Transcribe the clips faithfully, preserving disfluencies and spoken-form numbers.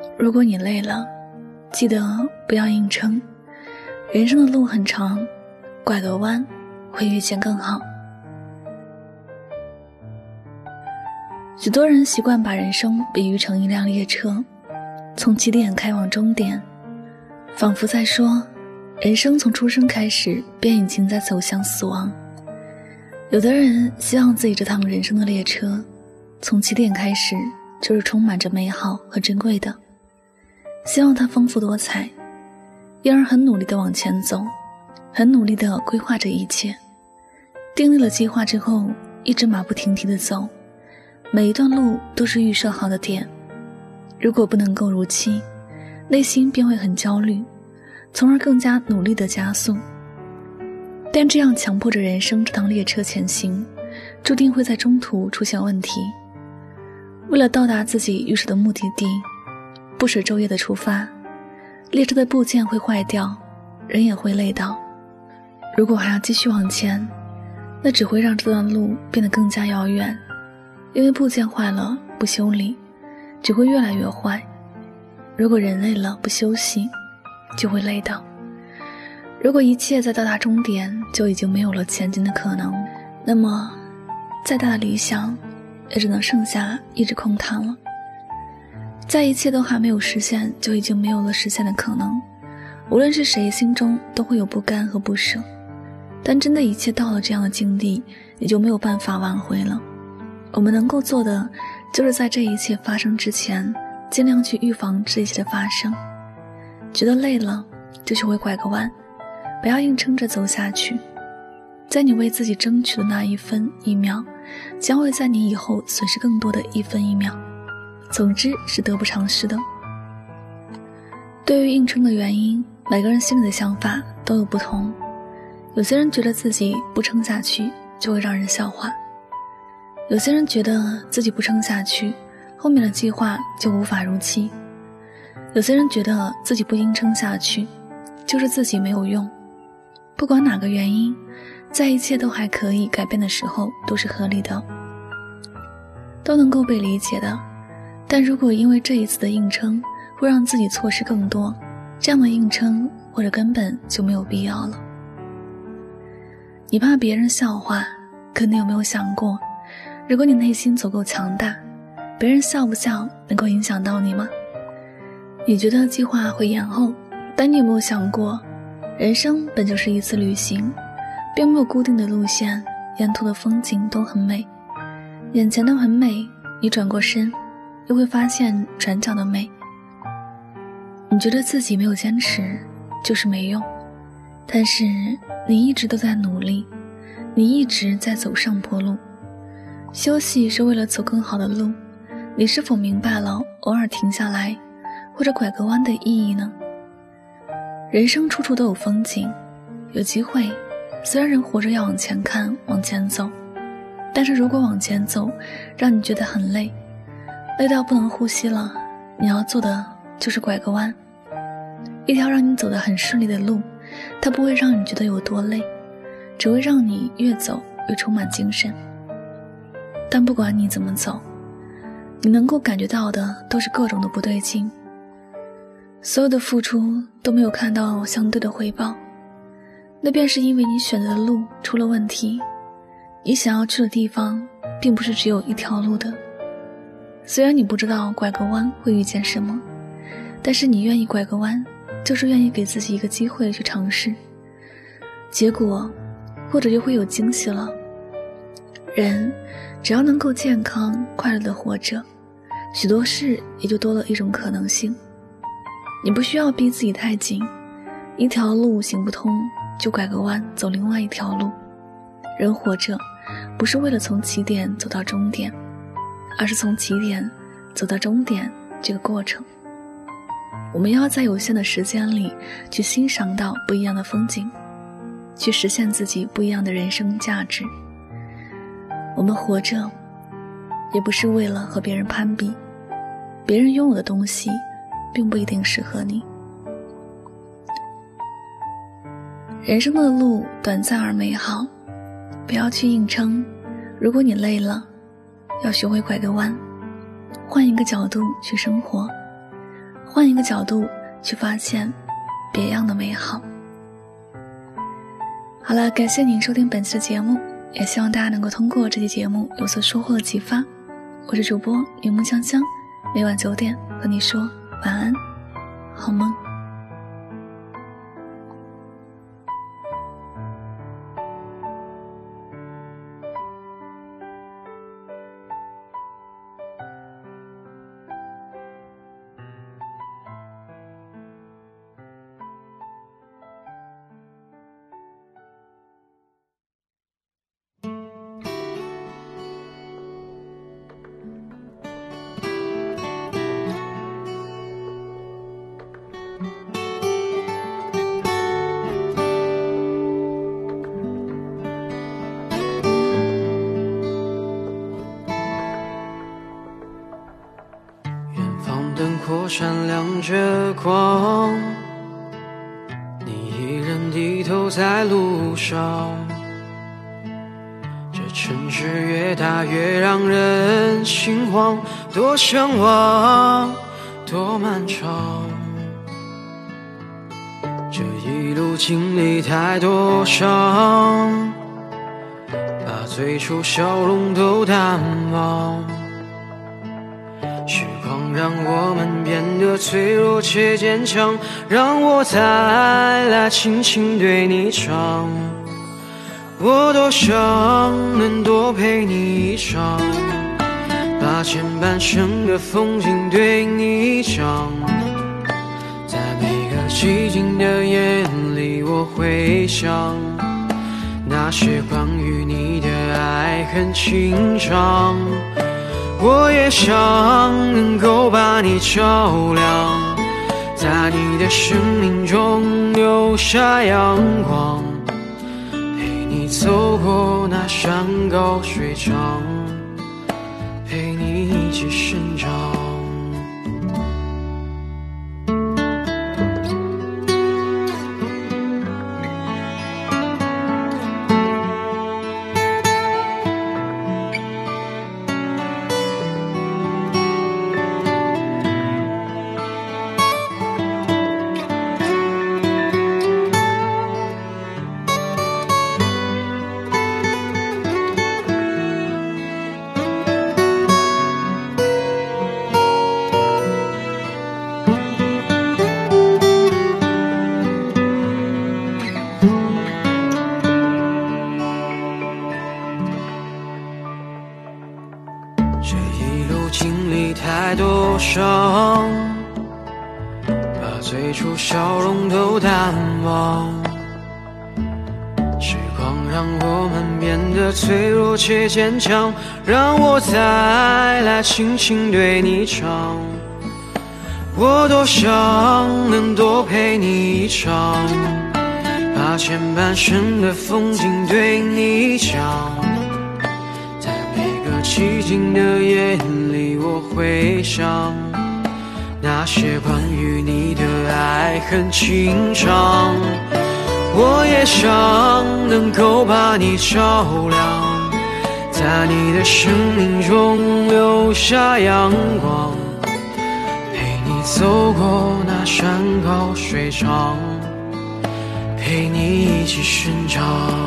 如果你累了，记得不要硬撑，人生的路很长，拐个弯会遇见更好。许多人习惯把人生比喻成一辆列车，从起点开往终点，仿佛在说，人生从出生开始便已经在走向死亡。有的人希望自己这趟人生的列车，从起点开始就是充满着美好和珍贵的，希望它丰富多彩，因而很努力地往前走，很努力地规划着一切，订立了计划之后，一直马不停蹄地走，每一段路都是预设好的点，如果不能够如期，内心便会很焦虑，从而更加努力地加速。但这样强迫着人生这趟列车前行，注定会在中途出现问题。为了到达自己预设的目的地，不舍昼夜的出发，列车的部件会坏掉，人也会累到。如果还要继续往前，那只会让这段路变得更加遥远，因为部件坏了不修理，只会越来越坏。如果人累了不休息，就会累到。如果一切在到达终点就已经没有了前进的可能，那么再大的理想也只能剩下一纸空谈了。在一切都还没有实现就已经没有了实现的可能，无论是谁心中都会有不甘和不舍，但真的一切到了这样的境地，也就没有办法挽回了。我们能够做的就是在这一切发生之前，尽量去预防这一切的发生。觉得累了就学会拐个弯，不要硬撑着走下去，在你为自己争取的那一分一秒，将会在你以后损失更多的一分一秒，总之是得不偿失的。对于硬撑的原因，每个人心里的想法都有不同。有些人觉得自己不撑下去就会让人笑话，有些人觉得自己不撑下去，后面的计划就无法如期，有些人觉得自己不硬撑下去，就是自己没有用。不管哪个原因，在一切都还可以改变的时候都是合理的，都能够被理解的。但如果因为这一次的硬撑会让自己错失更多，这样的硬撑或者根本就没有必要了。你怕别人笑话，可你有没有想过，如果你内心足够强大，别人笑不笑能够影响到你吗？你觉得计划会延后，但你有没有想过，人生本就是一次旅行，并没有固定的路线，沿途的风景都很美，眼前的很美，你转过身又会发现转角的美。你觉得自己没有坚持就是没用，但是你一直都在努力，你一直在走上坡路。休息是为了走更好的路，你是否明白了偶尔停下来或者拐个弯的意义呢？人生处处都有风景，有机会，虽然人活着要往前看往前走，但是如果往前走让你觉得很累，累到不能呼吸了，你要做的就是拐个弯。一条让你走得很顺利的路，它不会让你觉得有多累，只会让你越走越充满精神。但不管你怎么走，你能够感觉到的都是各种的不对劲，所有的付出都没有看到相对的回报，那便是因为你选择的路出了问题。你想要去的地方并不是只有一条路的，虽然你不知道拐个弯会遇见什么，但是你愿意拐个弯，就是愿意给自己一个机会去尝试，结果或者就会有惊喜了。人只要能够健康快乐地活着，许多事也就多了一种可能性。你不需要逼自己太紧，一条路行不通就拐个弯走另外一条路。人活着不是为了从起点走到终点，而是从起点走到终点这个过程。我们要在有限的时间里去欣赏到不一样的风景，去实现自己不一样的人生价值。我们活着也不是为了和别人攀比，别人拥有的东西并不一定适合你。人生的路短暂而美好，不要去硬撑，如果你累了，要学会拐个弯，换一个角度去生活。 换一个角度去发现别样的美好。好了，感谢您收听本期的节目，也希望大家能够通过这期节目有所收获和启发。我是主播柠檬香香，每晚九点和你说晚安，好梦。 灯火闪亮着光，你依然低头在路上。这城市越大越让人心慌，多向往，多漫长。这一路经历太多伤，把最初笑容都淡忘。时光让我们变得脆弱且坚强，让我再来轻轻对你唱，我多想能多陪你一场，把前半生的风景对你讲，在每个寂静的夜里我会想，那些关于你的爱很情长。我也想能够把你照亮，在你的生命中留下阳光，陪你走过那山高水长，陪你一起生长。经历太多伤，把最初笑容都淡忘。时光让我们变得脆弱且坚强，让我再来轻轻对你唱，我多想能多陪你一场，把前半生的风景对你讲，寂静的夜里我会想，那些关于你的爱很情长。我也想能够把你照亮，在你的生命中留下阳光，陪你走过那山高水长，陪你一起生长。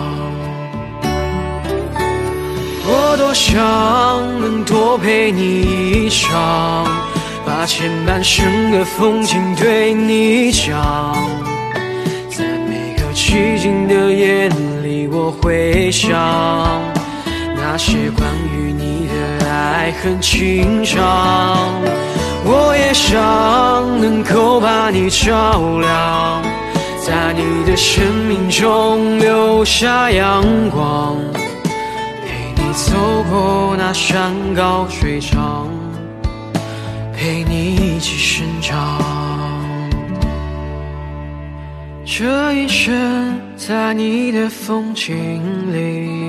我多想能多陪你一场，把前半生的风景对你讲，在每个寂静的夜里我会想，那些关于你的爱很情长。我也想能够把你照亮，在你的生命中留下阳光，走过那山高水长，陪你一起生长。这一生在你的风景里